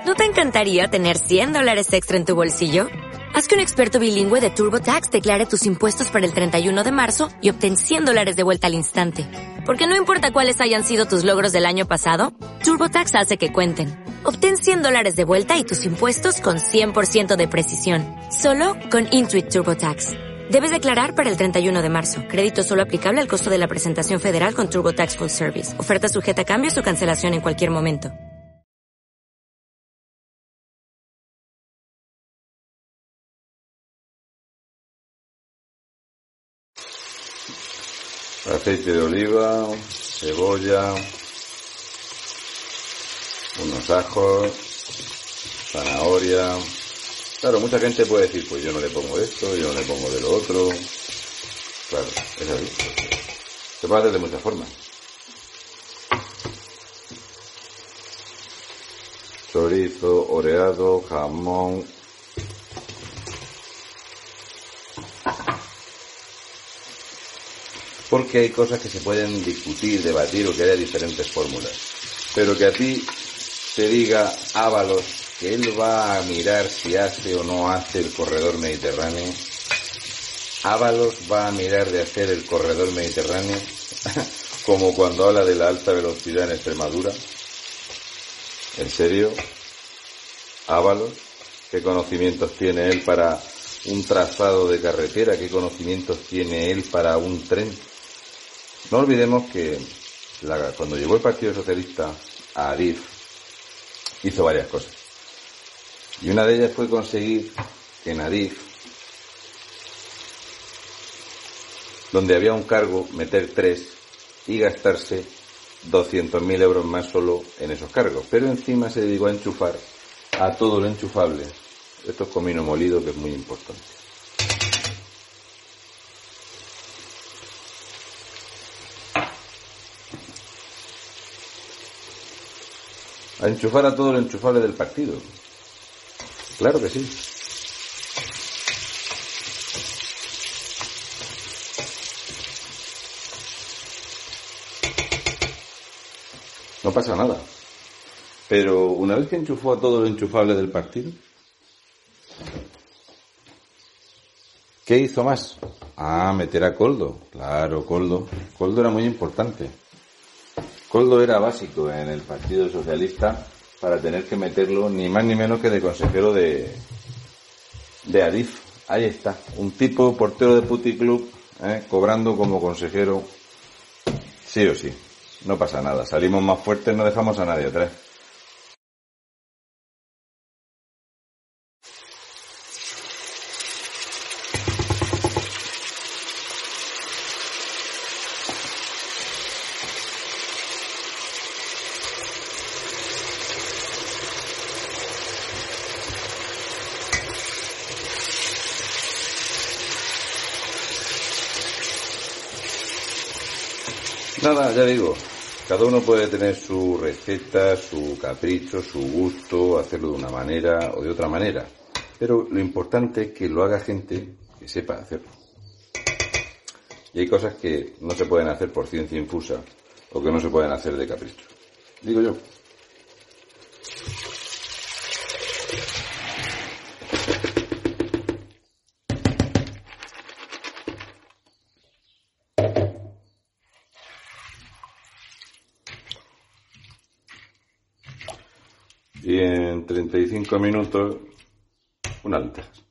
¿No te encantaría tener $100 extra en tu bolsillo? Haz que un experto bilingüe de TurboTax declare tus impuestos para el 31 de marzo y obtén $100 de vuelta al instante. Porque no importa cuáles hayan sido tus logros del año pasado, TurboTax hace que cuenten. Obtén $100 de vuelta y tus impuestos con 100% de precisión. Solo con Intuit TurboTax. Debes declarar para el 31 de marzo. Crédito solo aplicable al costo de la presentación federal con TurboTax Full Service. Oferta sujeta a cambios o cancelación en cualquier momento. Aceite de oliva, cebolla, unos ajos, zanahoria. Claro, mucha gente puede decir, pues yo no le pongo esto, yo no le pongo de lo otro. Claro, es así. Se puede hacer de muchas formas. Chorizo, oreado, jamón. Porque hay cosas que se pueden discutir, debatir o que haya diferentes fórmulas. Pero que a ti te diga Ábalos que él va a mirar si hace o no hace el corredor mediterráneo. Ábalos va a mirar de hacer el corredor mediterráneo como cuando habla de la alta velocidad en Extremadura. ¿En serio? Ábalos, ¿qué conocimientos tiene él para un trazado de carretera? ¿Qué conocimientos tiene él para un tren? No olvidemos que cuando llegó el Partido Socialista a Adif, hizo varias cosas. Y una de ellas fue conseguir que en Adif, donde había un cargo, meter 3 y gastarse 200.000 euros más solo en esos cargos. Pero encima se dedicó a enchufar a todo lo enchufable. Esto es comino molido, que es muy importante. A enchufar a todo lo enchufable del partido. Claro que sí. No pasa nada. Pero una vez que enchufó a todo lo enchufable del partido, ¿qué hizo más? Meter a Koldo. Claro, Koldo. Koldo era muy importante. Koldo era básico en el Partido Socialista para tener que meterlo ni más ni menos que de consejero de Adif. Ahí está, un tipo portero de puticlub, cobrando como consejero, sí o sí. No pasa nada, salimos más fuertes, no dejamos a nadie atrás. Nada, ya digo, cada uno puede tener su receta, su capricho, su gusto, hacerlo de una manera o de otra manera. Pero lo importante es que lo haga gente que sepa hacerlo. Y hay cosas que no se pueden hacer por ciencia infusa o que no se pueden hacer de capricho. Digo yo. Y en 35 minutos, unas lentejas.